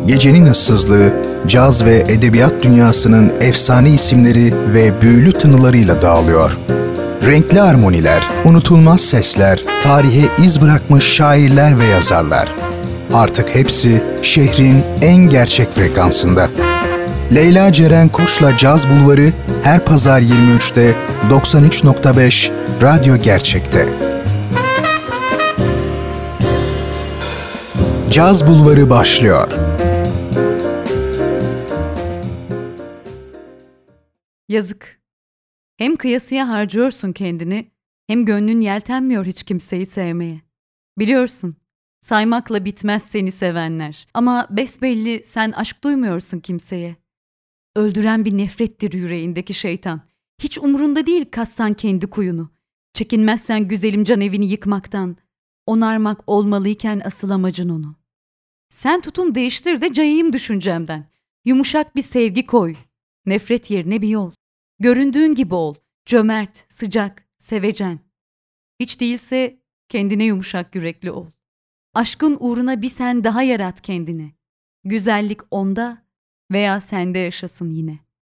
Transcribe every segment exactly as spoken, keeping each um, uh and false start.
Gecenin ıssızlığı, caz ve edebiyat dünyasının efsane isimleri ve büyülü tınılarıyla dağılıyor. Renkli armoniler, unutulmaz sesler, tarihe iz bırakmış şairler ve yazarlar. Artık hepsi şehrin en gerçek frekansında. Leyla Ceren Koç'la Caz Bulvarı her pazar yirmi üçte doksan üç nokta beş Radyo Gerçek'te. Caz Bulvarı başlıyor. Yazık. Hem kıyasıya harcıyorsun kendini, hem gönlün yeltenmiyor hiç kimseyi sevmeye. Biliyorsun, saymakla bitmez seni sevenler. Ama besbelli sen aşk duymuyorsun kimseye. Öldüren bir nefrettir yüreğindeki şeytan. Hiç umurunda değil kassan kendi kuyunu. Çekinmezsen güzelim can evini yıkmaktan. Onarmak olmalıyken asıl amacın onu. Sen tutum değiştir de cayayım düşüncemden. Yumuşak bir sevgi koy. Nefret yerine bir yol. Göründüğün gibi ol. Cömert, sıcak, sevecen. Hiç değilse kendine yumuşak yürekli ol. Aşkın uğruna bir sen daha yarat kendine. Güzellik onda veya sende yaşasın yine.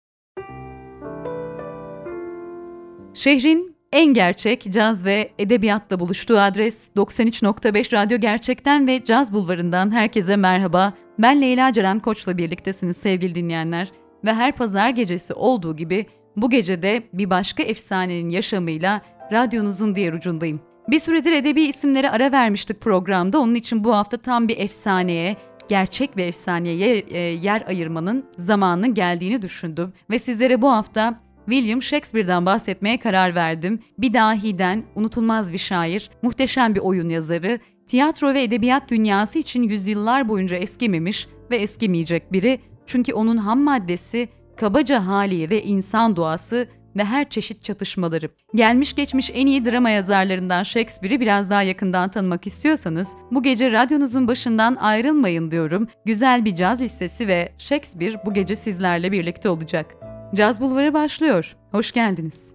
Şehrin en gerçek caz ve edebiyatla buluştuğu adres doksan üç nokta beş Radyo Gerçek'ten ve Caz Bulvarı'ndan herkese merhaba. Ben Leyla Ceren Koç'la birliktesiniz sevgili dinleyenler. Ve her pazar gecesi olduğu gibi bu gecede bir başka efsanenin yaşamıyla radyonuzun diğer ucundayım. Bir süredir edebi isimlere ara vermiştik programda. Onun için bu hafta tam bir efsaneye, gerçek bir efsaneye yer, e, yer ayırmanın zamanının geldiğini düşündüm. Ve sizlere bu hafta William Shakespeare'den bahsetmeye karar verdim. Bir dahiden, unutulmaz bir şair, muhteşem bir oyun yazarı, tiyatro ve edebiyat dünyası için yüzyıllar boyunca eskimemiş ve eskimeyecek biri. Çünkü onun ham maddesi, kabaca hali ve insan doğası ve her çeşit çatışmaları. Gelmiş geçmiş en iyi drama yazarlarından Shakespeare'i biraz daha yakından tanımak istiyorsanız bu gece radyonuzun başından ayrılmayın diyorum. Güzel bir caz listesi ve Shakespeare bu gece sizlerle birlikte olacak. Caz Bulvarı başlıyor. Hoş geldiniz.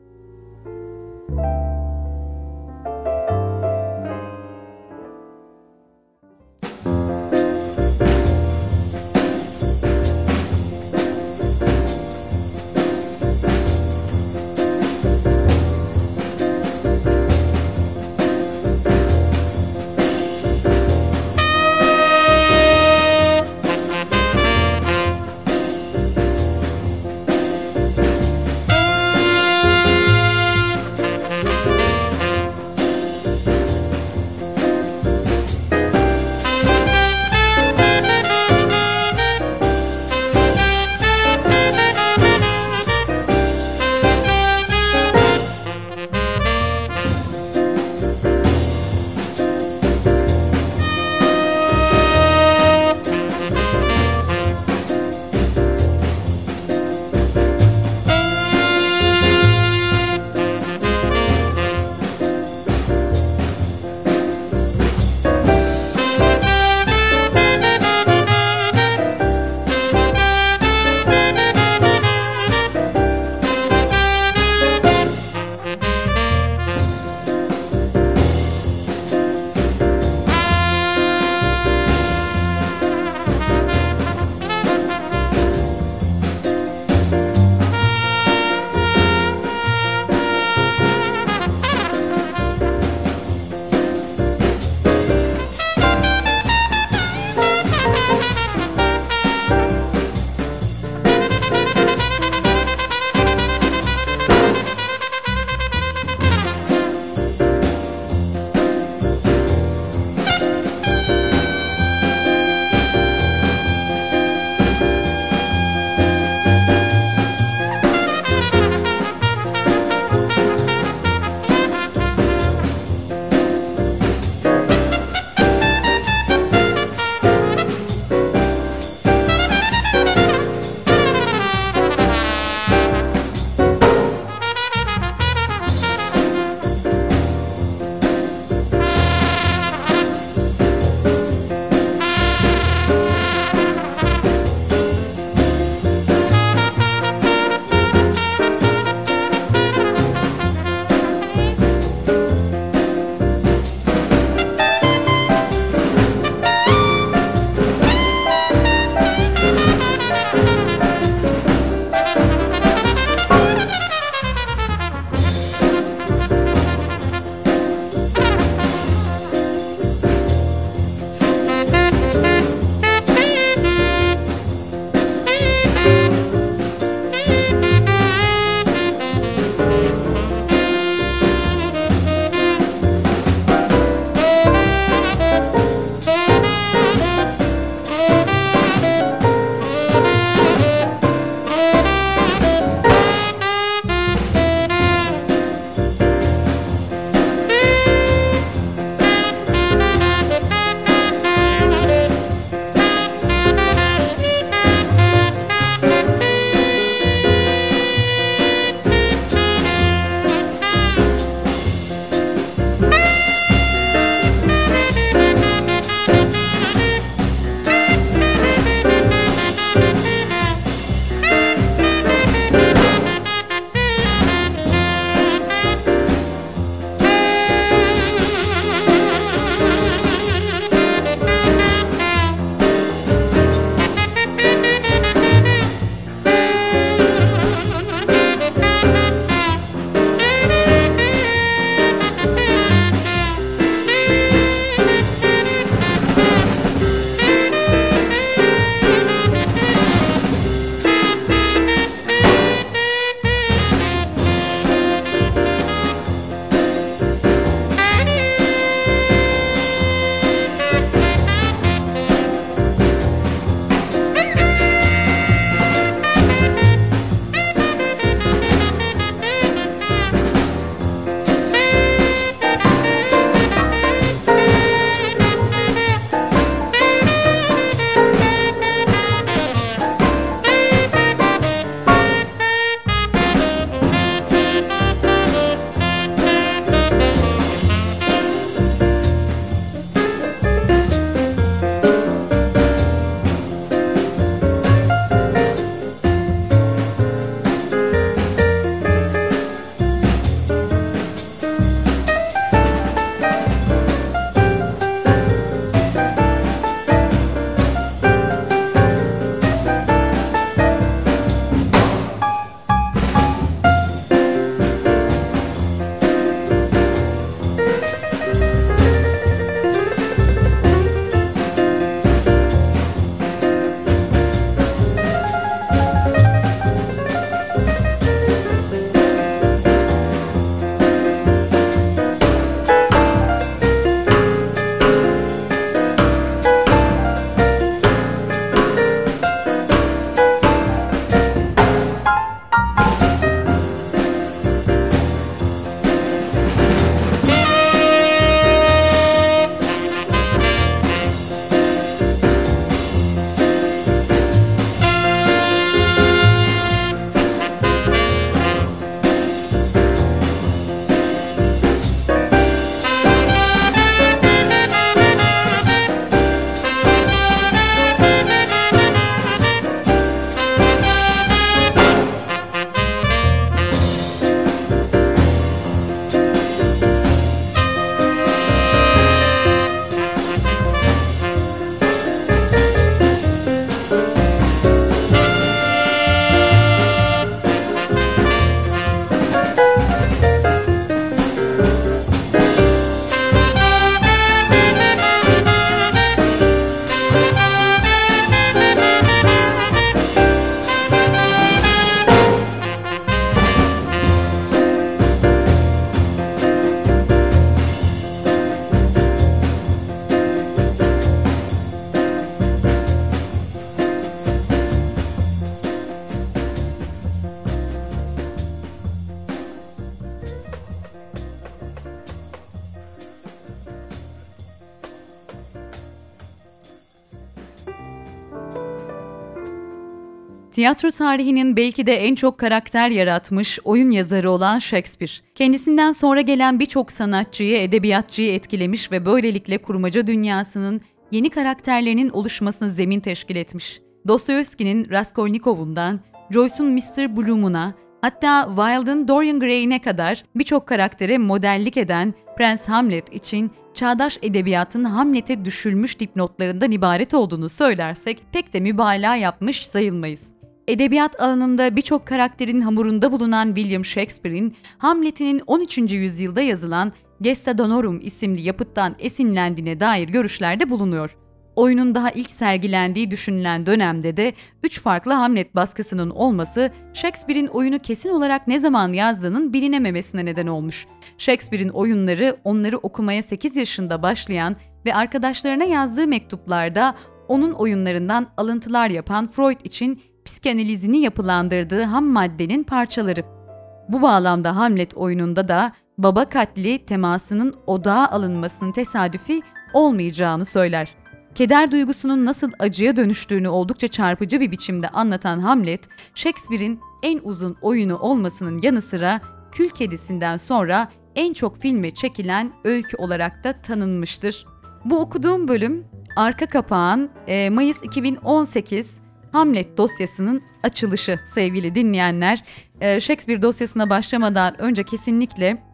Tiyatro tarihinin belki de en çok karakter yaratmış oyun yazarı olan Shakespeare. Kendisinden sonra gelen birçok sanatçıyı, edebiyatçıyı etkilemiş ve böylelikle kurmaca dünyasının yeni karakterlerinin oluşmasına zemin teşkil etmiş. Dostoyevski'nin Raskolnikov'undan, Joyce'un mister Bloom'una, hatta Wilde'ın Dorian Gray'ine kadar birçok karaktere modellik eden Prens Hamlet için çağdaş edebiyatın Hamlet'e düşülmüş dipnotlarından ibaret olduğunu söylersek pek de mübalağa yapmış sayılmayız. Edebiyat alanında birçok karakterin hamurunda bulunan William Shakespeare'in Hamlet'inin on üçüncü yüzyılda yazılan Gesta Danorum isimli yapıttan esinlendiğine dair görüşlerde bulunuyor. Oyunun daha ilk sergilendiği düşünülen dönemde de üç farklı Hamlet baskısının olması Shakespeare'in oyunu kesin olarak ne zaman yazdığının bilinememesine neden olmuş. Shakespeare'in oyunları onları okumaya sekiz yaşında başlayan ve arkadaşlarına yazdığı mektuplarda onun oyunlarından alıntılar yapan Freud için psikanalizini yapılandırdığı ham maddenin parçaları. Bu bağlamda Hamlet oyununda da baba katli temasının odağa alınmasının tesadüfi olmayacağını söyler. Keder duygusunun nasıl acıya dönüştüğünü oldukça çarpıcı bir biçimde anlatan Hamlet, Shakespeare'in en uzun oyunu olmasının yanı sıra Kül Kedisi'nden sonra en çok filme çekilen öykü olarak da tanınmıştır. Bu okuduğum bölüm arka kapağın e, Mayıs iki bin on sekiz Hamlet dosyasının açılışı sevgili dinleyenler. E, Shakespeare dosyasına başlamadan önce kesinlikle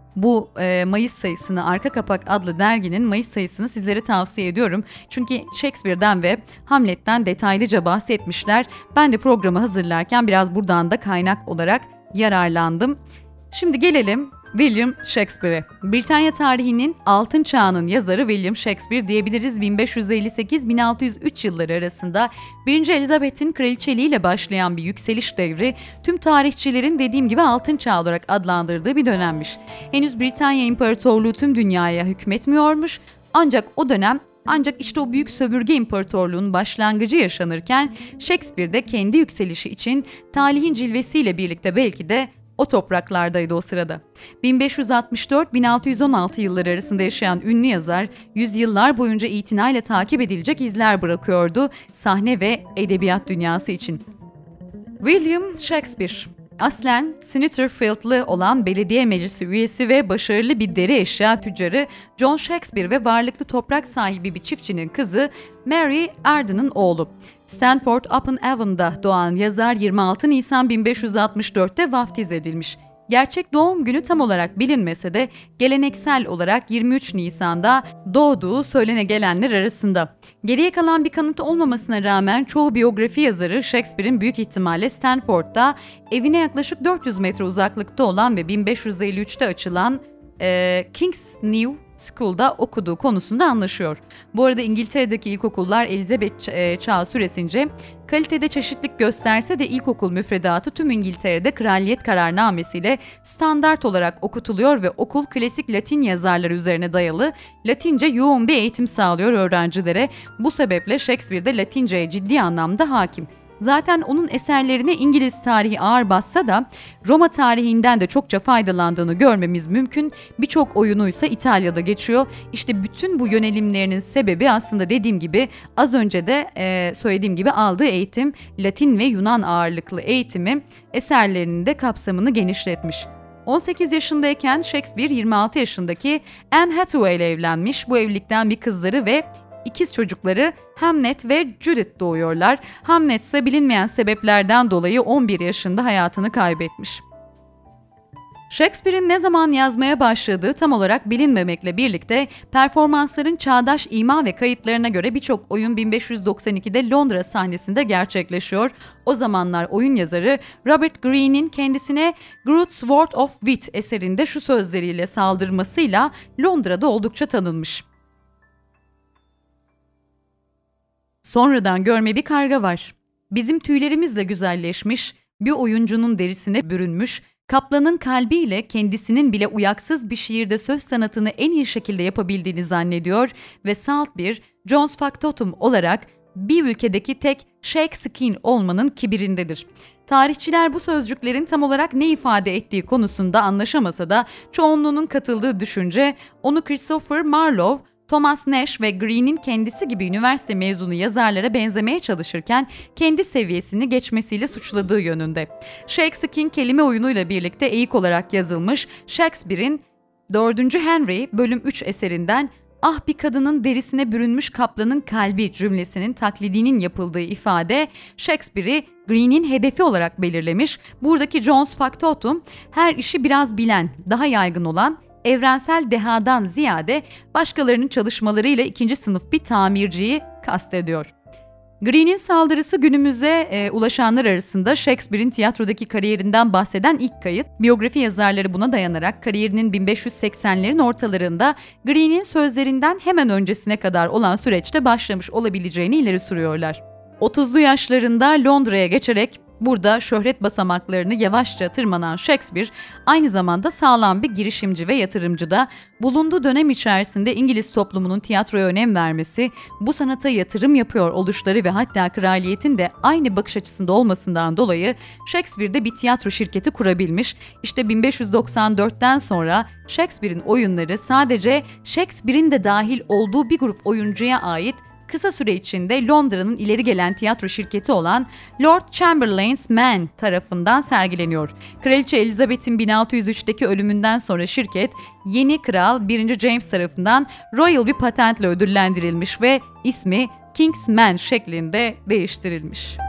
bu e, Mayıs sayısını, Arka Kapak adlı derginin Mayıs sayısını sizlere tavsiye ediyorum. Çünkü Shakespeare'den ve Hamlet'ten detaylıca bahsetmişler. Ben de programı hazırlarken biraz buradan da kaynak olarak yararlandım. Şimdi gelelim William Shakespeare'e. Britanya tarihinin altın çağının yazarı William Shakespeare diyebiliriz. bin beş yüz elli sekiz bin altı yüz üç yılları arasında birinci. Elizabeth'in kraliçeliğiyle başlayan bir yükseliş devri tüm tarihçilerin dediğim gibi altın çağ olarak adlandırdığı bir dönemmiş. Henüz Britanya İmparatorluğu tüm dünyaya hükmetmiyormuş. Ancak o dönem Ancak işte o büyük sömürge imparatorluğunun başlangıcı yaşanırken Shakespeare de kendi yükselişi için talihin cilvesiyle birlikte belki de o topraklardaydı o sırada. bin beş yüz altmış dört bin altı yüz on altı yılları arasında yaşayan ünlü yazar, yüzyıllar boyunca itinayla takip edilecek izler bırakıyordu sahne ve edebiyat dünyası için. William Shakespeare, aslen Snitterfield'lı olan belediye meclisi üyesi ve başarılı bir deri eşya tüccarı John Shakespeare ve varlıklı toprak sahibi bir çiftçinin kızı Mary Arden'ın oğlu. Stanford-upon-Avon'da doğan yazar yirmi altı Nisan bin beş yüz altmış dörtte vaftiz edilmiş. Gerçek doğum günü tam olarak bilinmese de geleneksel olarak yirmi üç Nisan'da doğduğu söylene gelenler arasında. Geriye kalan bir kanıt olmamasına rağmen çoğu biyografi yazarı Shakespeare'in büyük ihtimalle Stanford'da evine yaklaşık dört yüz metre uzaklıkta olan ve bin beş yüz elli üçte açılan e, King's New School'da okuduğu konusunda anlaşıyor. Bu arada İngiltere'deki ilkokullar Elizabeth çağı süresince kalitede çeşitlilik gösterse de ilkokul müfredatı tüm İngiltere'de kraliyet kararnamesiyle standart olarak okutuluyor ve okul klasik Latin yazarları üzerine dayalı Latince yoğun bir eğitim sağlıyor öğrencilere. Bu sebeple Shakespeare de Latince'ye ciddi anlamda hakim. Zaten onun eserlerine İngiliz tarihi ağır bassa da Roma tarihinden de çokça faydalandığını görmemiz mümkün. Birçok oyunuysa İtalya'da geçiyor. İşte bütün bu yönelimlerinin sebebi aslında dediğim gibi az önce de e, söylediğim gibi aldığı eğitim, Latin ve Yunan ağırlıklı eğitimi eserlerinin de kapsamını genişletmiş. on sekiz yaşındayken Shakespeare yirmi altı yaşındaki Anne Hathaway ile evlenmiş. Bu evlilikten bir kızları ve İkiz çocukları Hamnet ve Judith doğuyorlar. Hamnet ise bilinmeyen sebeplerden dolayı on bir yaşında hayatını kaybetmiş. Shakespeare'in ne zaman yazmaya başladığı tam olarak bilinmemekle birlikte performansların çağdaş ima ve kayıtlarına göre birçok oyun bin beş yüz doksan ikide Londra sahnesinde gerçekleşiyor. O zamanlar oyun yazarı Robert Greene'in kendisine Groot's Sword of Wit eserinde şu sözleriyle saldırmasıyla Londra'da oldukça tanınmış. Sonradan görme bir karga var. Bizim tüylerimizle güzelleşmiş, bir oyuncunun derisine bürünmüş, kaplanın kalbiyle kendisinin bile uyaksız bir şiirde söz sanatını en iyi şekilde yapabildiğini zannediyor ve salt bir Jones Factotum olarak bir ülkedeki tek Shakespeare olmanın kibirindedir. Tarihçiler bu sözcüklerin tam olarak ne ifade ettiği konusunda anlaşamasa da çoğunluğunun katıldığı düşünce onu Christopher Marlowe, Thomas Nash ve Greene'in kendisi gibi üniversite mezunu yazarlara benzemeye çalışırken kendi seviyesini geçmesiyle suçladığı yönünde. Shakespeare'in kelime oyunuyla birlikte eğik olarak yazılmış Shakespeare'in dördüncü Henry bölüm üç eserinden "Ah bir kadının derisine bürünmüş kaplanın kalbi" cümlesinin taklidinin yapıldığı ifade Shakespeare'i Greene'in hedefi olarak belirlemiş. Buradaki Jones Factotum her işi biraz bilen, daha yaygın olan, evrensel dehadan ziyade başkalarının çalışmalarıyla ikinci sınıf bir tamirciyi kastediyor. Greene'in saldırısı günümüze e, ulaşanlar arasında Shakespeare'in tiyatrodaki kariyerinden bahseden ilk kayıt. Biyografi yazarları buna dayanarak kariyerinin bin beş yüz seksenlerin ortalarında Greene'in sözlerinden hemen öncesine kadar olan süreçte başlamış olabileceğini ileri sürüyorlar. otuzlu yaşlarında Londra'ya geçerek burada şöhret basamaklarını yavaşça tırmanan Shakespeare, aynı zamanda sağlam bir girişimci ve yatırımcı da. Bulunduğu dönem içerisinde İngiliz toplumunun tiyatroya önem vermesi, bu sanata yatırım yapıyor oluşları ve hatta kraliyetin de aynı bakış açısında olmasından dolayı Shakespeare'de bir tiyatro şirketi kurabilmiş. İşte bin beş yüz doksan dörtten sonra Shakespeare'in oyunları sadece Shakespeare'in de dahil olduğu bir grup oyuncuya ait kısa süre içinde Londra'nın ileri gelen tiyatro şirketi olan Lord Chamberlain's Men tarafından sergileniyor. Kraliçe Elizabeth'in bin altı yüz üçteki ölümünden sonra şirket, yeni kral birinci James tarafından royal bir patentle ödüllendirilmiş ve ismi King's Men şeklinde değiştirilmiş.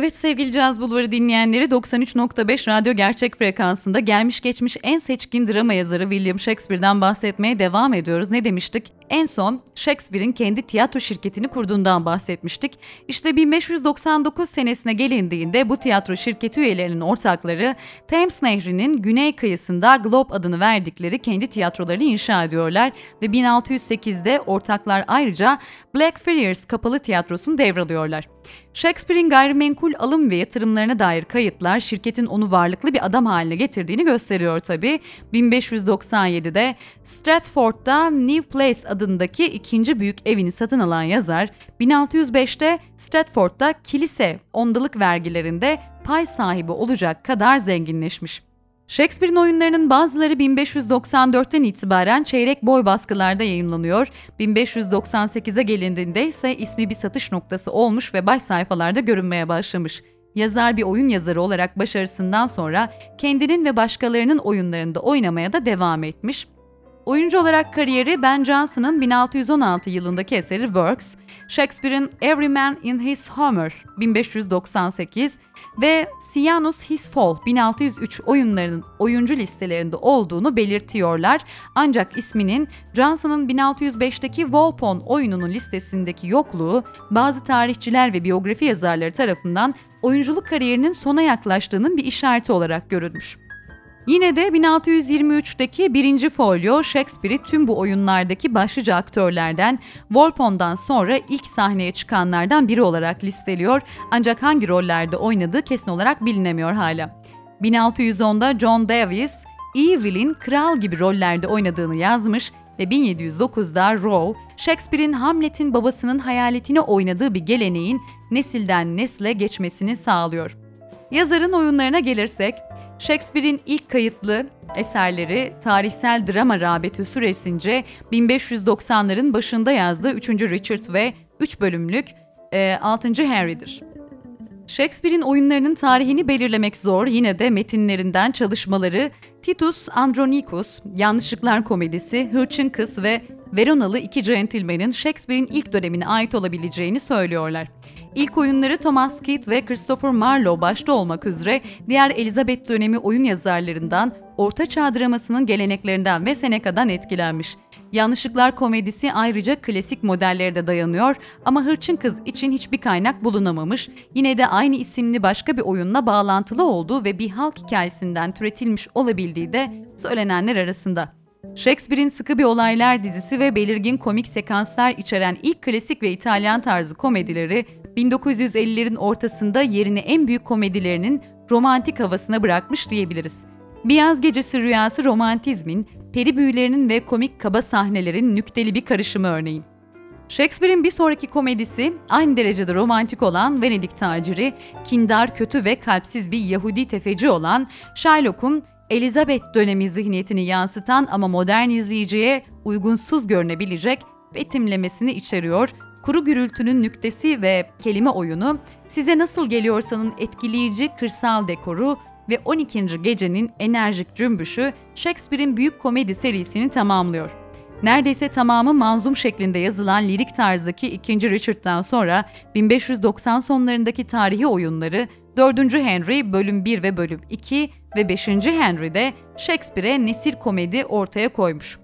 Evet sevgili Caz Bulvarı dinleyenleri, doksan üç nokta beş Radyo Gerçek frekansında gelmiş geçmiş en seçkin drama yazarı William Shakespeare'den bahsetmeye devam ediyoruz. Ne demiştik? En son Shakespeare'in kendi tiyatro şirketini kurduğundan bahsetmiştik. İşte bin beş yüz doksan dokuz senesine gelindiğinde bu tiyatro şirketi üyelerinin ortakları Thames Nehri'nin güney kıyısında Globe adını verdikleri kendi tiyatrolarını inşa ediyorlar ve bin altı yüz sekizde ortaklar ayrıca Blackfriars Kapalı Tiyatrosu'nu devralıyorlar. Shakespeare'in gayrimenkul alım ve yatırımlarına dair kayıtlar şirketin onu varlıklı bir adam haline getirdiğini gösteriyor tabii. bin beş yüz doksan yedide Stratford'da New Place adındaki ikinci büyük evini satın alan yazar, bin altı yüz beşte Stratford'da kilise ondalık vergilerinde pay sahibi olacak kadar zenginleşmiş. Shakespeare'in oyunlarının bazıları bin beş yüz doksan dörtten itibaren çeyrek boy baskılarda yayımlanıyor. bin beş yüz doksan sekize gelindiğinde ise ismi bir satış noktası olmuş ve baş sayfalarda görünmeye başlamış. Yazar bir oyun yazarı olarak başarısından sonra kendinin ve başkalarının oyunlarında oynamaya da devam etmiş. Oyuncu olarak kariyeri Ben Jonson'ın bin altı yüz on altı yılındaki eseri Works, Shakespeare'in Every Man in His Homer bin beş yüz doksan sekiz ve Sianus His Fall bin altı yüz üç oyunlarının oyuncu listelerinde olduğunu belirtiyorlar. Ancak isminin Jonson'ın bin altı yüz beşteki Volpone oyununun listesindeki yokluğu bazı tarihçiler ve biyografi yazarları tarafından oyunculuk kariyerinin sona yaklaştığının bir işareti olarak görülmüş. Yine de bin altı yüz yirmi üçteki birinci folyo Shakespeare'i tüm bu oyunlardaki başlıca aktörlerden, Volpone'dan sonra ilk sahneye çıkanlardan biri olarak listeliyor, ancak hangi rollerde oynadığı kesin olarak bilinemiyor hala. bin altı yüz onda John Davies, Evil'in kral gibi rollerde oynadığını yazmış ve bin yedi yüz dokuzda Rowe, Shakespeare'in Hamlet'in babasının hayaletini oynadığı bir geleneğin nesilden nesle geçmesini sağlıyor. Yazarın oyunlarına gelirsek, Shakespeare'in ilk kayıtlı eserleri tarihsel drama rağbeti süresince bin beş yüz doksanların başında yazdığı üçüncü Richard ve üç bölümlük e, altıncı Henry'dir. Shakespeare'in oyunlarının tarihini belirlemek zor, yine de metinlerinden çalışmaları Titus Andronicus, Yanlışlıklar Komedisi, Hırçın Kız ve Veronalı İki Gentleman'in Shakespeare'in ilk dönemine ait olabileceğini söylüyorlar. İlk oyunları Thomas Keat ve Christopher Marlowe başta olmak üzere diğer Elizabeth dönemi oyun yazarlarından, Orta Çağ dramasının geleneklerinden ve Seneca'dan etkilenmiş. Yanlışlıklar Komedisi ayrıca klasik modellere de dayanıyor ama Hırçın Kız için hiçbir kaynak bulunamamış. Yine de aynı isimli başka bir oyunla bağlantılı olduğu ve bir halk hikayesinden türetilmiş olabildiği de söylenenler arasında. Shakespeare'in Sıkı Bir Olaylar dizisi ve belirgin komik sekanslar içeren ilk klasik ve İtalyan tarzı komedileri bin dokuz yüz ellilerin ortasında yerini en büyük komedilerinin romantik havasına bırakmış diyebiliriz. Bir Yaz Gecesi Rüyası romantizmin, peri büyülerinin ve komik kaba sahnelerin nükteli bir karışımı örneğin. Shakespeare'in bir sonraki komedisi aynı derecede romantik olan Venedik taciri, kindar, kötü ve kalpsiz bir Yahudi tefeci olan Shylock'un Elizabeth dönemi zihniyetini yansıtan ama modern izleyiciye uygunsuz görünebilecek betimlemesini içeriyor. Kuru gürültünün nüktesi ve kelime oyunu, Size Nasıl Geliyorsan'ın etkileyici kırsal dekoru ve on ikinci gecenin enerjik cümbüşü Shakespeare'in büyük komedi serisini tamamlıyor. Neredeyse tamamı manzum şeklinde yazılan lirik tarzdaki ikinci Richard'dan sonra bin beş yüz doksan sonlarındaki tarihi oyunları dördüncü Henry bölüm bir ve bölüm iki ve beşinci Henry'de Shakespeare'e nesir komedi ortaya koymuş.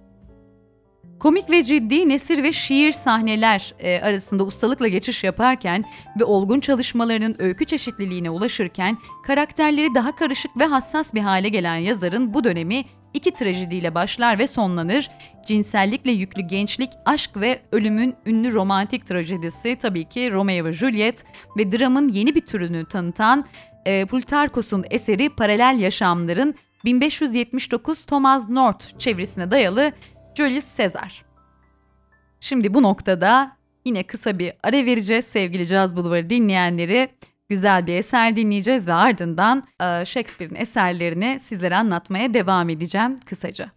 Komik ve ciddi nesir ve şiir sahneler e, arasında ustalıkla geçiş yaparken ve olgun çalışmalarının öykü çeşitliliğine ulaşırken karakterleri daha karışık ve hassas bir hale gelen yazarın bu dönemi iki trajediyle başlar ve sonlanır. Cinsellikle yüklü gençlik, aşk ve ölümün ünlü romantik trajedisi tabii ki Romeo ve Juliet ve dramın yeni bir türünü tanıtan e, Plutarkos'un eseri Paralel Yaşamlar'ın bin beş yüz yetmiş dokuz Thomas North çevirisine dayalı Julius Caesar. Şimdi bu noktada yine kısa bir ara vereceğiz sevgili Caz Bulvarı dinleyenleri. Güzel bir eser dinleyeceğiz ve ardından Shakespeare'in eserlerini sizlere anlatmaya devam edeceğim kısaca.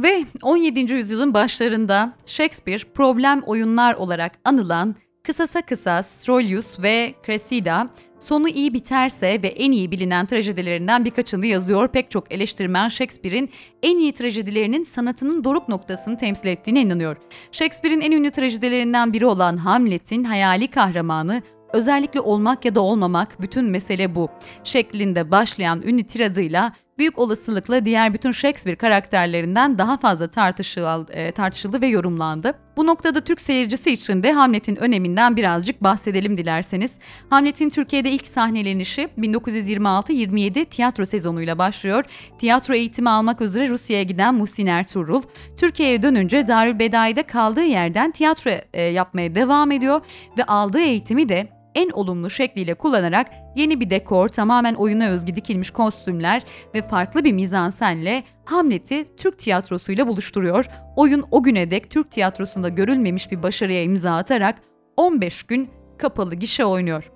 Ve on yedinci yüzyılın başlarında Shakespeare problem oyunlar olarak anılan Kısasa Kısas, Troilus ve Cressida, sonu iyi biterse ve en iyi bilinen trajedilerinden birkaçını yazıyor. Pek çok eleştirmen Shakespeare'in en iyi trajedilerinin sanatının doruk noktasını temsil ettiğine inanıyor. Shakespeare'in en ünlü trajedilerinden biri olan Hamlet'in hayali kahramanı, özellikle olmak ya da olmamak, bütün mesele bu şeklinde başlayan ünlü tiradıyla büyük olasılıkla diğer bütün Shakespeare karakterlerinden daha fazla tartışıldı, e, tartışıldı ve yorumlandı. Bu noktada Türk seyircisi için de Hamlet'in öneminden birazcık bahsedelim dilerseniz. Hamlet'in Türkiye'de ilk sahnelenişi bin dokuz yüz yirmi altı yirmi yedi tiyatro sezonuyla başlıyor. Tiyatro eğitimi almak üzere Rusya'ya giden Muhsin Ertuğrul, Türkiye'ye dönünce Darülbedai'de kaldığı yerden tiyatro e, yapmaya devam ediyor ve aldığı eğitimi de en olumlu şekliyle kullanarak yeni bir dekor, tamamen oyuna özgü dikilmiş kostümler ve farklı bir mizansenle Hamlet'i Türk tiyatrosuyla buluşturuyor. Oyun o güne dek Türk tiyatrosunda görülmemiş bir başarıya imza atarak on beş gün kapalı gişe oynuyor.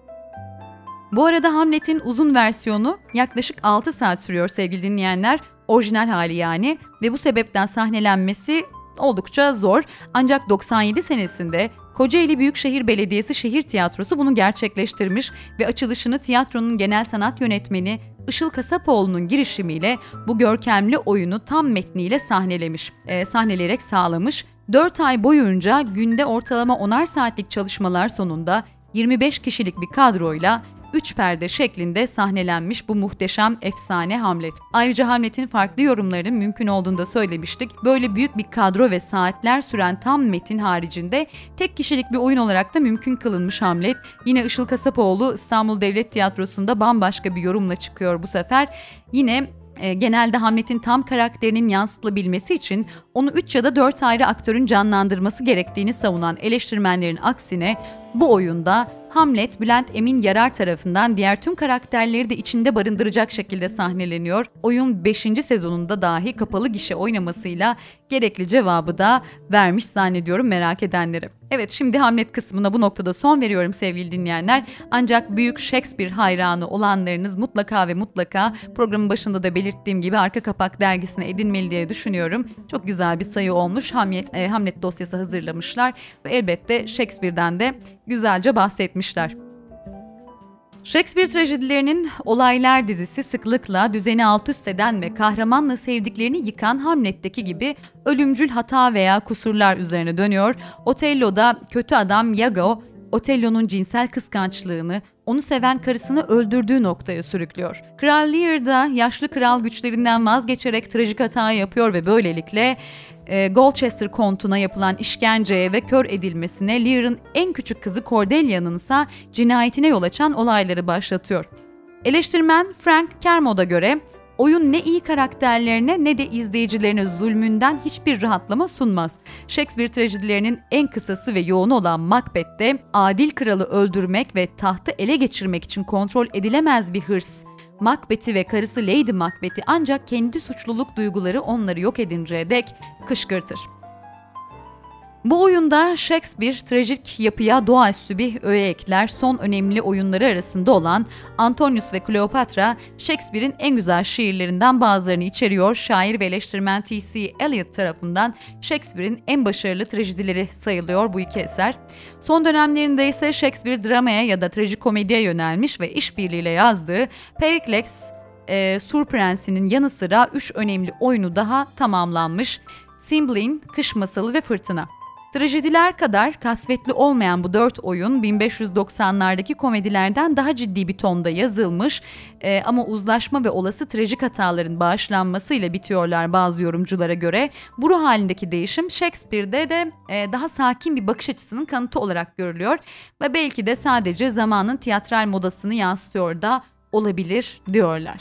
Bu arada Hamlet'in uzun versiyonu yaklaşık altı saat sürüyor sevgili dinleyenler, orijinal hali yani, ve bu sebepten sahnelenmesi oldukça zor. Ancak doksan yedi senesinde Kocaeli Büyükşehir Belediyesi Şehir Tiyatrosu bunu gerçekleştirmiş ve açılışını tiyatronun genel sanat yönetmeni Işıl Kasapoğlu'nun girişimiyle bu görkemli oyunu tam metniyle sahnelemiş, e, sahneleyerek sağlamış. dört ay boyunca günde ortalama onar saatlik çalışmalar sonunda yirmi beş kişilik bir kadroyla üç perde şeklinde sahnelenmiş bu muhteşem efsane Hamlet. Ayrıca Hamlet'in farklı yorumlarının mümkün olduğunu da söylemiştik. Böyle büyük bir kadro ve saatler süren tam metin haricinde tek kişilik bir oyun olarak da mümkün kılınmış Hamlet. Yine Işıl Kasapoğlu İstanbul Devlet Tiyatrosu'nda bambaşka bir yorumla çıkıyor bu sefer. Yine E, genelde Hamlet'in tam karakterinin yansıtılabilmesi için onu üç ya da dört ayrı aktörün canlandırması gerektiğini savunan eleştirmenlerin aksine bu oyunda Hamlet, Bülent Emin Yarar tarafından diğer tüm karakterleri de içinde barındıracak şekilde sahneleniyor. Oyun beşinci sezonunda dahi kapalı gişe oynamasıyla gerekli cevabı da vermiş zannediyorum merak edenleri. Evet, şimdi Hamlet kısmına bu noktada son veriyorum sevgili dinleyenler. Ancak büyük Shakespeare hayranı olanlarınız mutlaka ve mutlaka programın başında da belirttiğim gibi Arka Kapak dergisine edinmeli diye düşünüyorum. Çok güzel bir sayı olmuş. Hamlet, e, Hamlet dosyası hazırlamışlar ve elbette Shakespeare'den de güzelce bahsetmişler. Shakespeare trajedilerinin Olaylar dizisi sıklıkla düzeni alt üst eden ve kahramanla sevdiklerini yıkan Hamlet'teki gibi ölümcül hata veya kusurlar üzerine dönüyor. Otello'da kötü adam Iago, Otello'nun cinsel kıskançlığını, onu seven karısını öldürdüğü noktaya sürüklüyor. Kral Lear da yaşlı kral güçlerinden vazgeçerek trajik hata yapıyor ve böylelikle e, Gloucester kontuna yapılan işkenceye ve kör edilmesine, Lear'ın en küçük kızı Cordelia'nın ise cinayetine yol açan olayları başlatıyor. Eleştirmen Frank Kermode'a göre oyun ne iyi karakterlerine ne de izleyicilerine zulmünden hiçbir rahatlama sunmaz. Shakespeare trajedilerinin en kısası ve yoğun olan Macbeth'te adil kralı öldürmek ve tahtı ele geçirmek için kontrol edilemez bir hırs, Macbeth'i ve karısı Lady Macbeth'i ancak kendi suçluluk duyguları onları yok edinceye dek kışkırtır. Bu oyunda Shakespeare trajik yapıya doğaüstü bir öğe ekler. Son önemli oyunları arasında olan Antonius ve Kleopatra, Shakespeare'in en güzel şiirlerinden bazılarını içeriyor. Şair ve eleştirmen T C Eliot tarafından Shakespeare'in en başarılı trajedileri sayılıyor bu iki eser. Son dönemlerinde ise Shakespeare dramaya ya da trajikomediye yönelmiş ve işbirliğiyle yazdığı Pericles, e, Sur Prensi'nin yanı sıra üç önemli oyunu daha tamamlanmış: Cymbeline, Kış Masalı ve Fırtına. Trajediler kadar kasvetli olmayan bu dört oyun bin beş yüz doksanlardaki komedilerden daha ciddi bir tonda yazılmış e, ama uzlaşma ve olası trajik hataların bağışlanmasıyla bitiyorlar bazı yorumculara göre. Bu ruh halindeki değişim Shakespeare'de de e, daha sakin bir bakış açısının kanıtı olarak görülüyor ve belki de sadece zamanın tiyatral modasını yansıtıyor da olabilir diyorlar.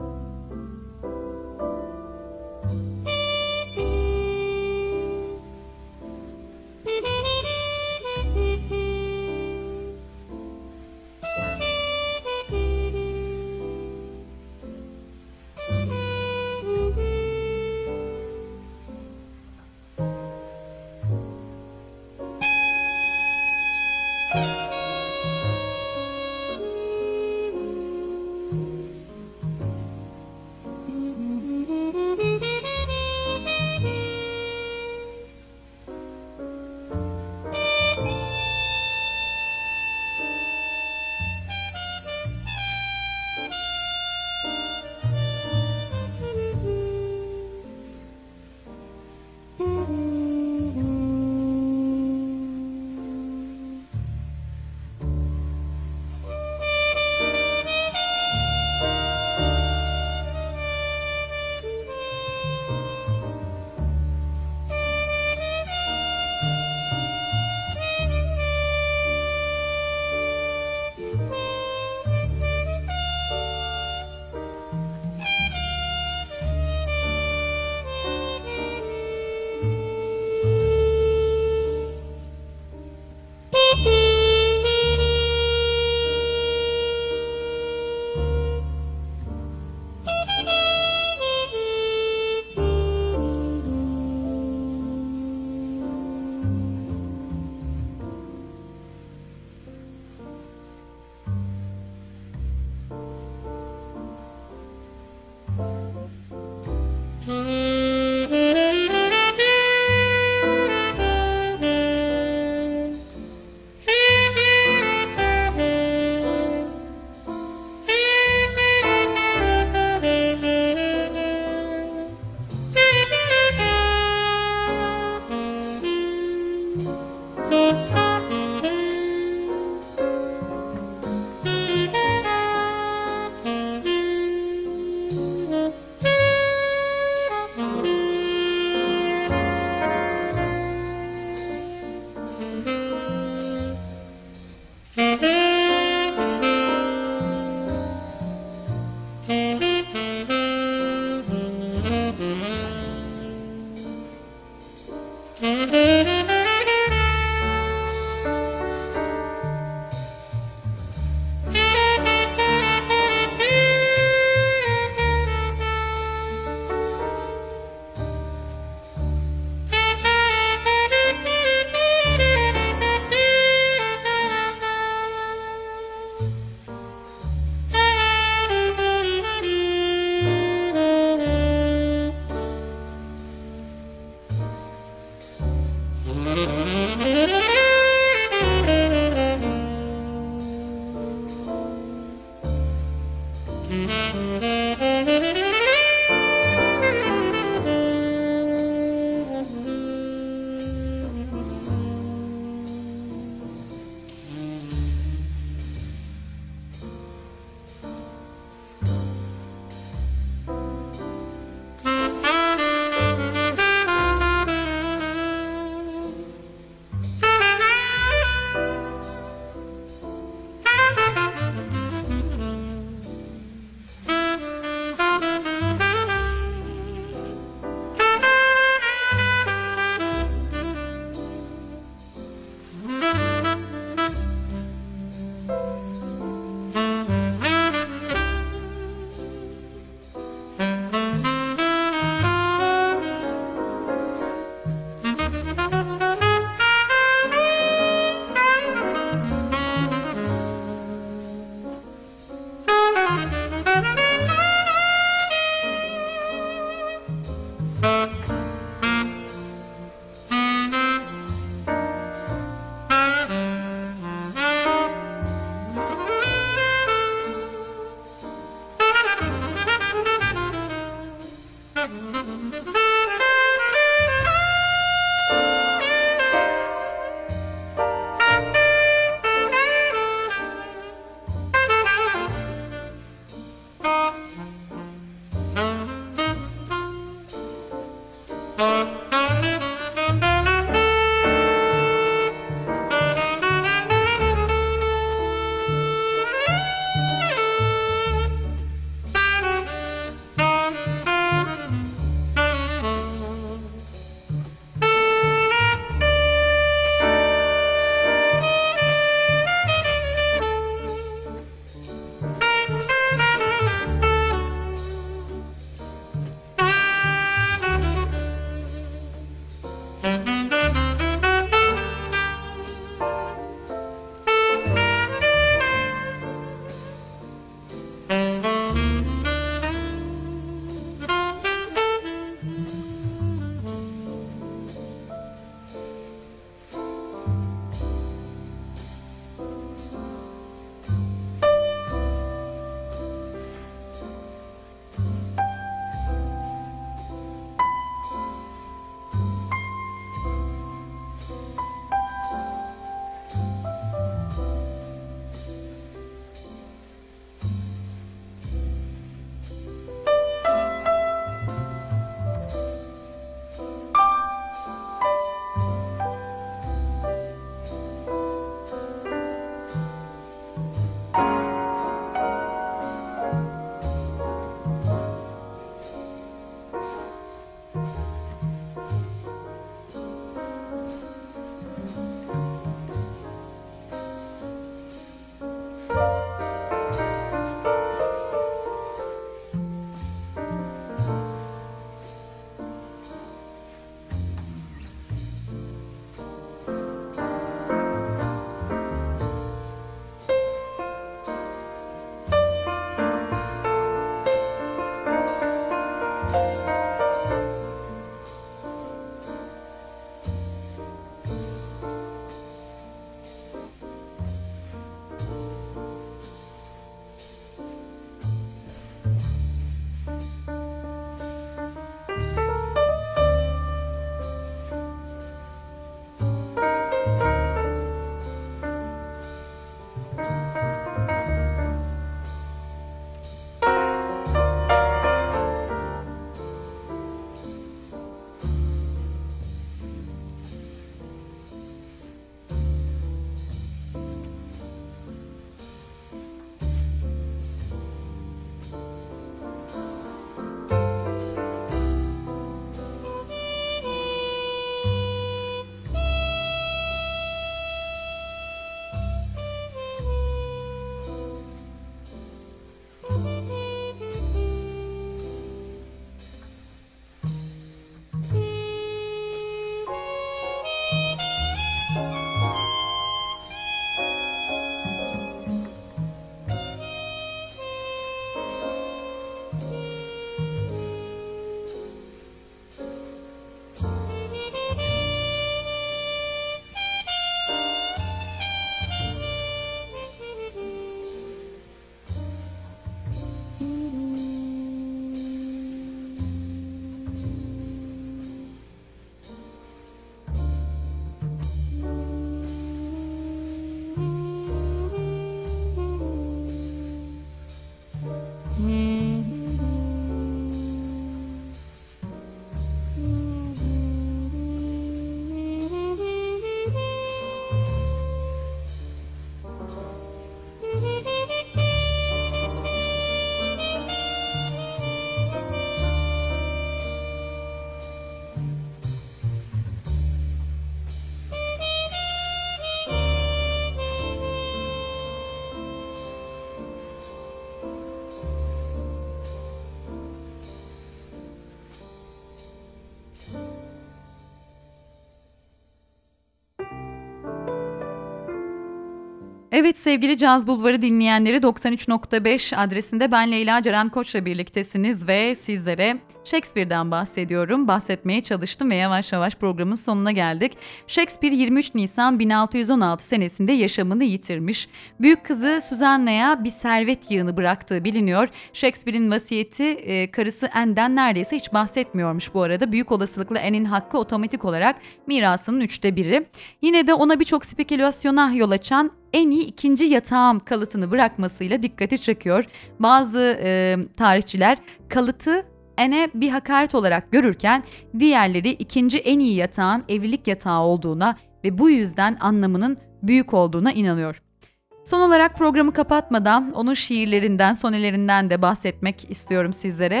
Evet sevgili Caz Bulvarı dinleyenleri, doksan üç nokta beş adresinde ben Leyla Ceren Koç'la birliktesiniz ve sizlere Shakespeare'den bahsediyorum. Bahsetmeye çalıştım ve yavaş yavaş programın sonuna geldik. Shakespeare yirmi üç Nisan bin altı yüz on altı senesinde yaşamını yitirmiş. Büyük kızı Susannah'a bir servet yığını bıraktığı biliniyor. Shakespeare'in vasiyeti e, karısı Anne'den neredeyse hiç bahsetmiyormuş bu arada. Büyük olasılıkla Anne'in hakkı otomatik olarak mirasının üçte biri. Yine de ona birçok spekülasyona yol açan en iyi ikinci yatağım kalıtını bırakmasıyla dikkati çekiyor. Bazı e, tarihçiler kalıtı Anne'e bir hakaret olarak görürken diğerleri ikinci en iyi yatağın evlilik yatağı olduğuna ve bu yüzden anlamının büyük olduğuna inanıyor. Son olarak programı kapatmadan onun şiirlerinden, sonelerinden de bahsetmek istiyorum sizlere.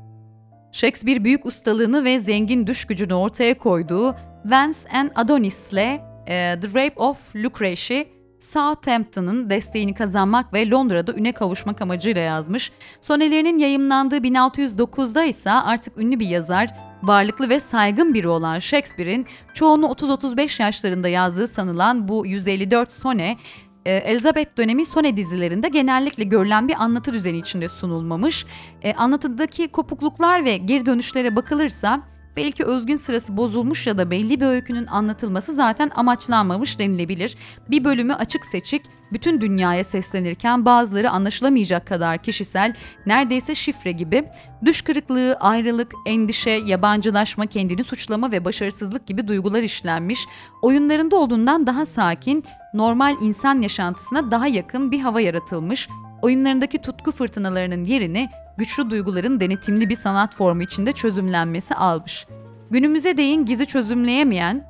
Shakespeare büyük ustalığını ve zengin düş gücünü ortaya koyduğu Venus and Adonis'le e, The Rape of Lucrece, Southampton'ın desteğini kazanmak ve Londra'da üne kavuşmak amacıyla yazmış. Sonelerinin yayımlandığı bin altı yüz dokuzda ise artık ünlü bir yazar, varlıklı ve saygın biri olan Shakespeare'in çoğunu otuz otuz beş yaşlarında yazdığı sanılan bu yüz elli dört sone, Elizabeth dönemi sone dizilerinde genellikle görülen bir anlatı düzeni içinde sunulmamış. E, anlatıdaki kopukluklar ve geri dönüşlere bakılırsa belki özgün sırası bozulmuş ya da belli bir öykünün anlatılması zaten amaçlanmamış denilebilir. Bir bölümü açık seçik, bütün dünyaya seslenirken bazıları anlaşılamayacak kadar kişisel, neredeyse şifre gibi, düş kırıklığı, ayrılık, endişe, yabancılaşma, kendini suçlama ve başarısızlık gibi duygular işlenmiş, oyunlarında olduğundan daha sakin, normal insan yaşantısına daha yakın bir hava yaratılmış, oyunlarındaki tutku fırtınalarının yerini güçlü duyguların denetimli bir sanat formu içinde çözümlenmesi almış. Günümüze değin gizli çözümleyemeyen,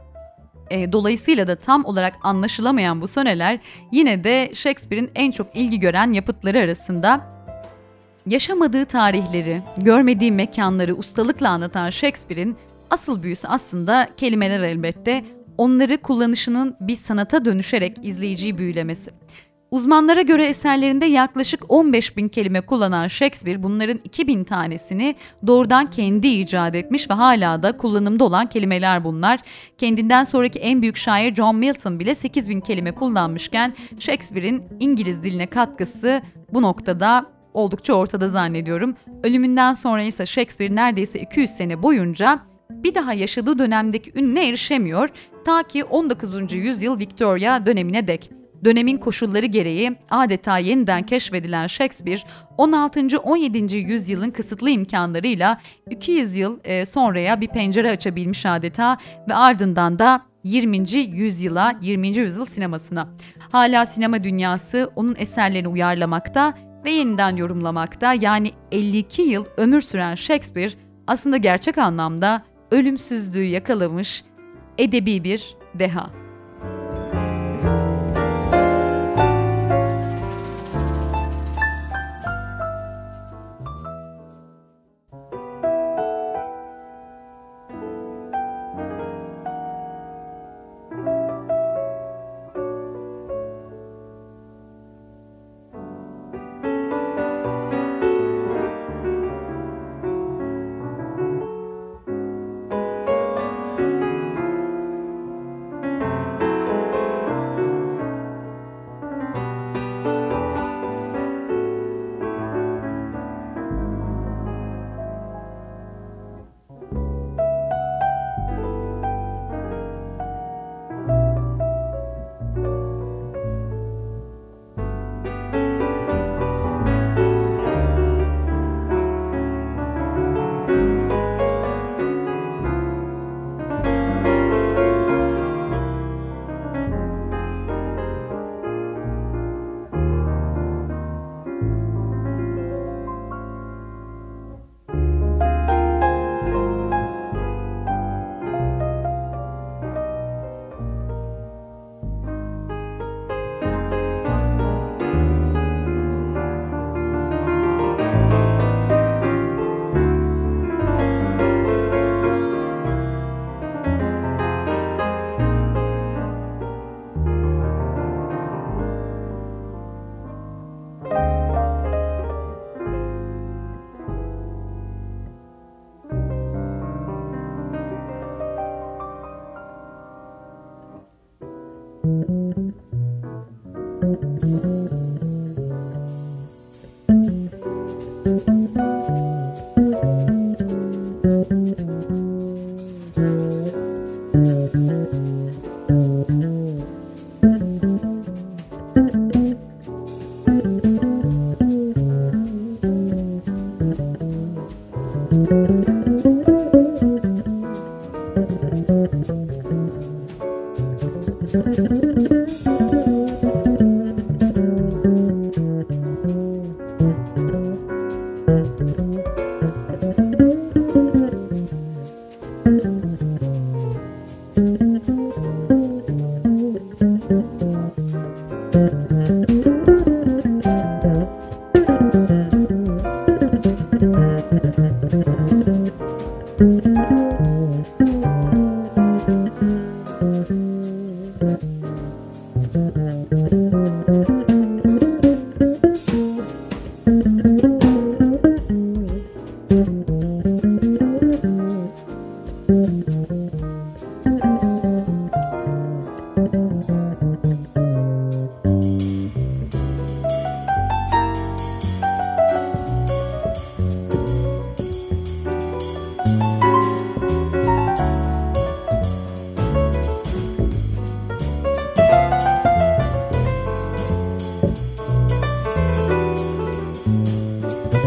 e, dolayısıyla da tam olarak anlaşılamayan bu soneler yine de Shakespeare'in en çok ilgi gören yapıtları arasında. Yaşamadığı tarihleri, görmediği mekanları ustalıkla anlatan Shakespeare'in asıl büyüsü aslında kelimeler elbette, onları kullanışının bir sanata dönüşerek izleyiciyi büyülemesi. Uzmanlara göre eserlerinde yaklaşık on beş bin kelime kullanan Shakespeare, bunların iki bin tanesini doğrudan kendi icat etmiş ve hala da kullanımda olan kelimeler bunlar. Kendinden sonraki en büyük şair John Milton bile sekiz bin kelime kullanmışken Shakespeare'in İngiliz diline katkısı bu noktada oldukça ortada zannediyorum. Ölümünden sonra ise Shakespeare neredeyse iki yüz sene boyunca bir daha yaşadığı dönemdeki ününe erişemiyor, ta ki on dokuzuncu yüzyıl Victoria dönemine dek. Dönemin koşulları gereği adeta yeniden keşfedilen Shakespeare, on altıncı on yedinci yüzyılın kısıtlı imkanlarıyla iki yüz yıl sonraya bir pencere açabilmiş adeta ve ardından da yirminci yüzyıla, yirminci yüzyıl sinemasına. Hala sinema dünyası onun eserlerini uyarlamakta ve yeniden yorumlamakta. Yani elli iki yıl ömür süren Shakespeare aslında gerçek anlamda ölümsüzlüğü yakalamış edebi bir deha.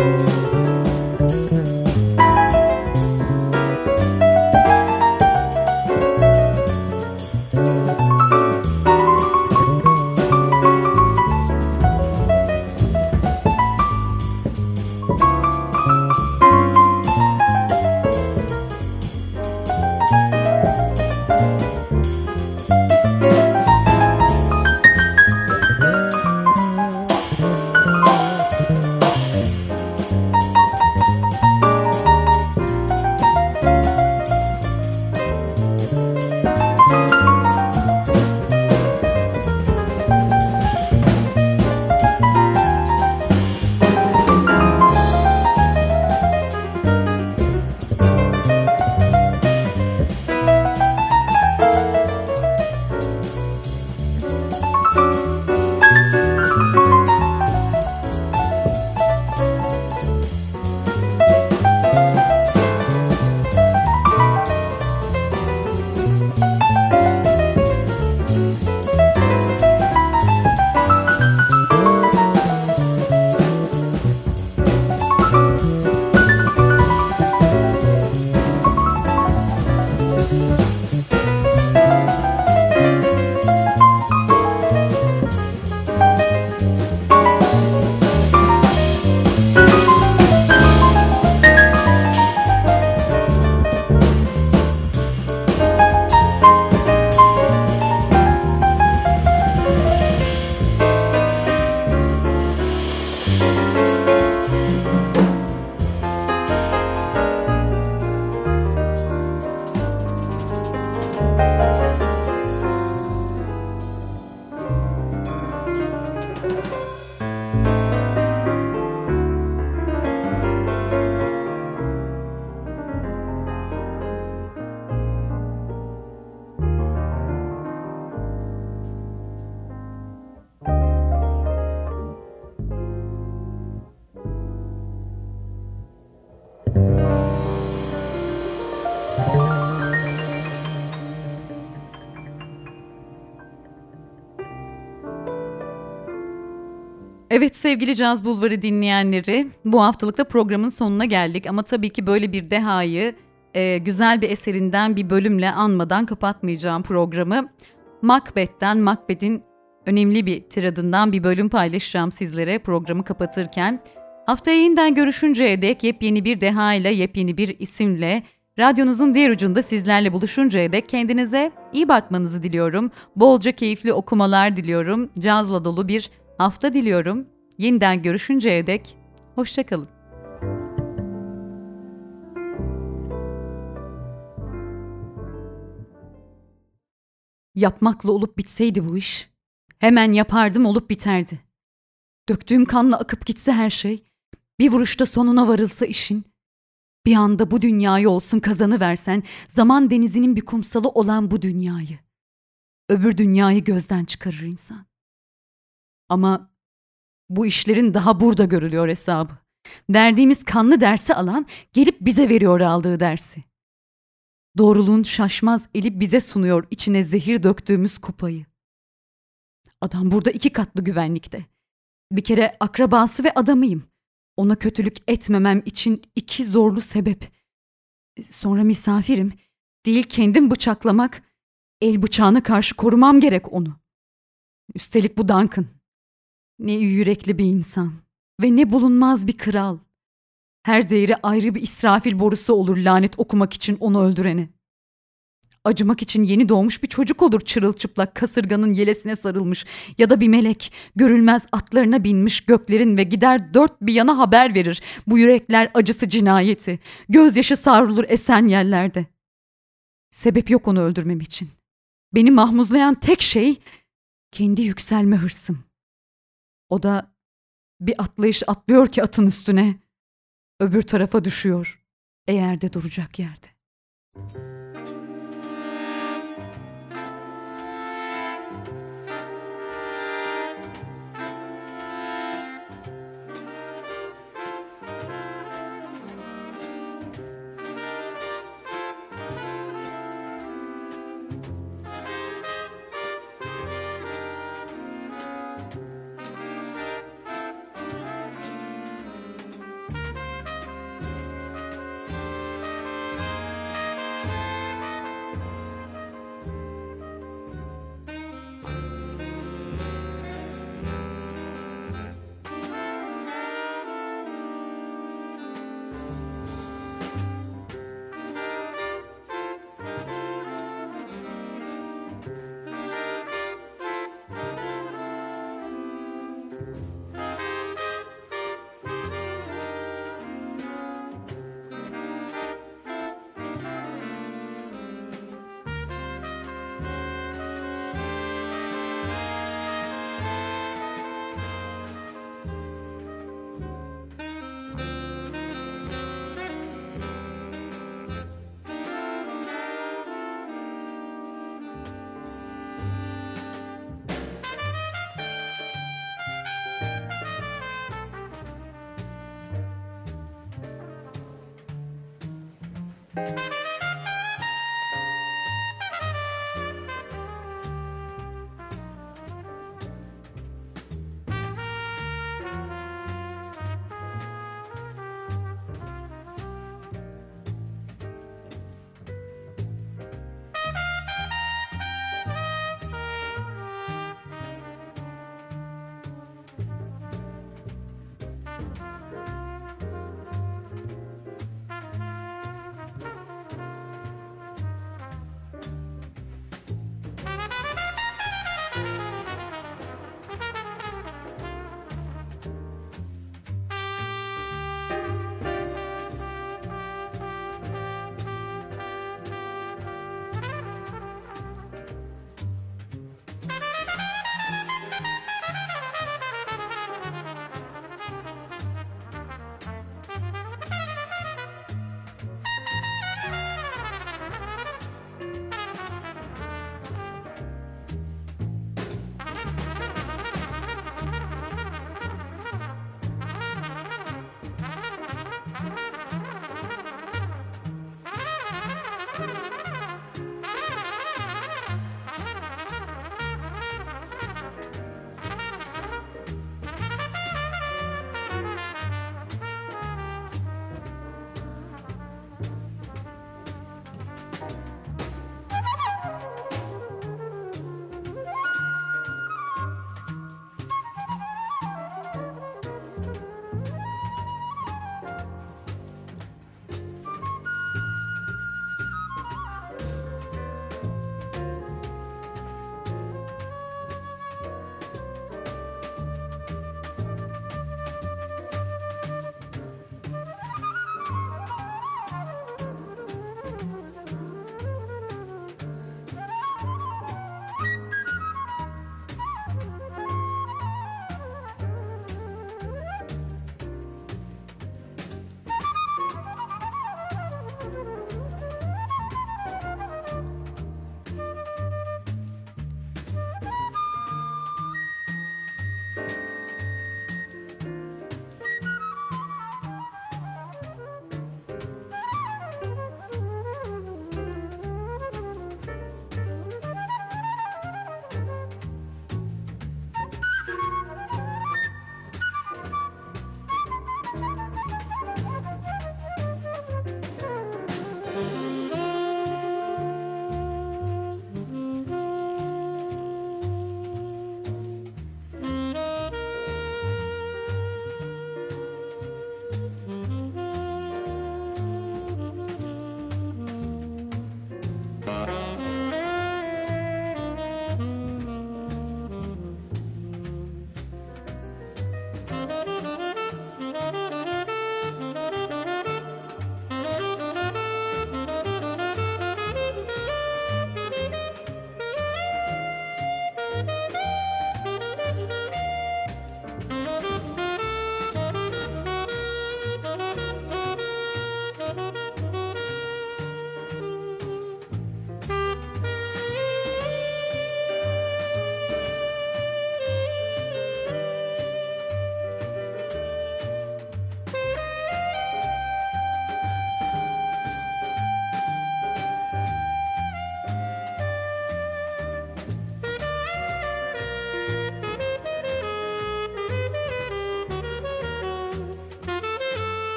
Evet sevgili Caz Bulvarı dinleyenleri, bu haftalıkta programın sonuna geldik ama tabii ki böyle bir dehayı e, güzel bir eserinden bir bölümle anmadan kapatmayacağım programı. Macbeth'ten, Macbeth'in önemli bir tiradından bir bölüm paylaşacağım sizlere programı kapatırken. Haftaya yeniden görüşünceye dek yepyeni bir deha ile yepyeni bir isimle radyonuzun diğer ucunda sizlerle buluşuncaya dek kendinize iyi bakmanızı diliyorum. Bolca keyifli okumalar diliyorum. Cazla dolu bir hafta diliyorum. Yeniden görüşünceye dek hoşça kalın. Yapmakla olup bitseydi bu iş, hemen yapardım olup biterdi. Döktüğüm kanla akıp gitse her şey, bir vuruşta sonuna varılsa işin, bir anda bu dünyayı olsun kazanıversen, zaman denizinin bir kumsalı olan bu dünyayı, öbür dünyayı gözden çıkarır insan. Ama bu işlerin daha burada görülüyor hesabı. Verdiğimiz kanlı dersi alan gelip bize veriyor aldığı dersi. Doğruluğun şaşmaz eli bize sunuyor içine zehir döktüğümüz kupayı. Adam burada iki katlı güvenlikte. Bir kere akrabası ve adamıyım. Ona kötülük etmemem için iki zorlu sebep. Sonra misafirim, değil kendim bıçaklamak, el bıçağına karşı korumam gerek onu. Üstelik bu Duncan. Ne iyi yürekli bir insan ve ne bulunmaz bir kral. Her değeri ayrı bir İsrafil borusu olur lanet okumak için onu öldürene. Acımak için yeni doğmuş bir çocuk olur çırılçıplak kasırganın yelesine sarılmış ya da bir melek görülmez atlarına binmiş göklerin ve gider dört bir yana haber verir bu yürekler acısı cinayeti. Gözyaşı savrulur esen yerlerde. Sebep yok onu öldürmem için. Beni mahmuzlayan tek şey kendi yükselme hırsım. O da bir atlayış atlıyor ki atın üstüne, öbür tarafa düşüyor eğer de duracak yerde.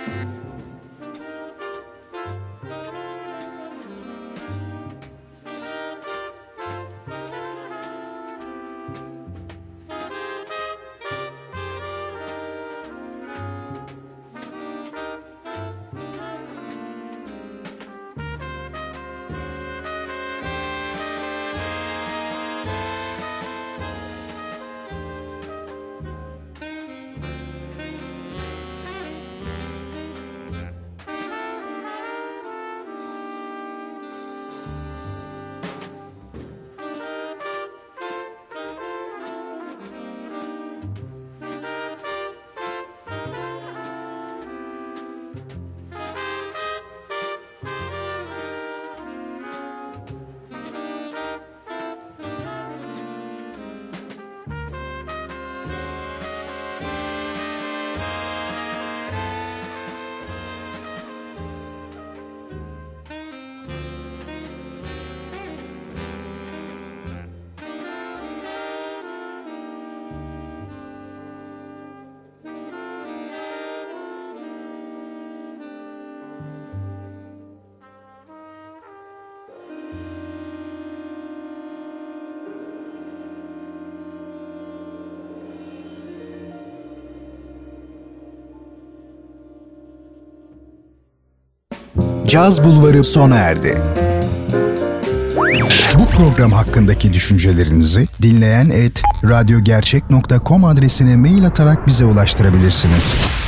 Caz Bulvarı sona erdi. Bu program hakkındaki düşüncelerinizi dinleyen et radyogercek nokta com adresine mail atarak bize ulaştırabilirsiniz.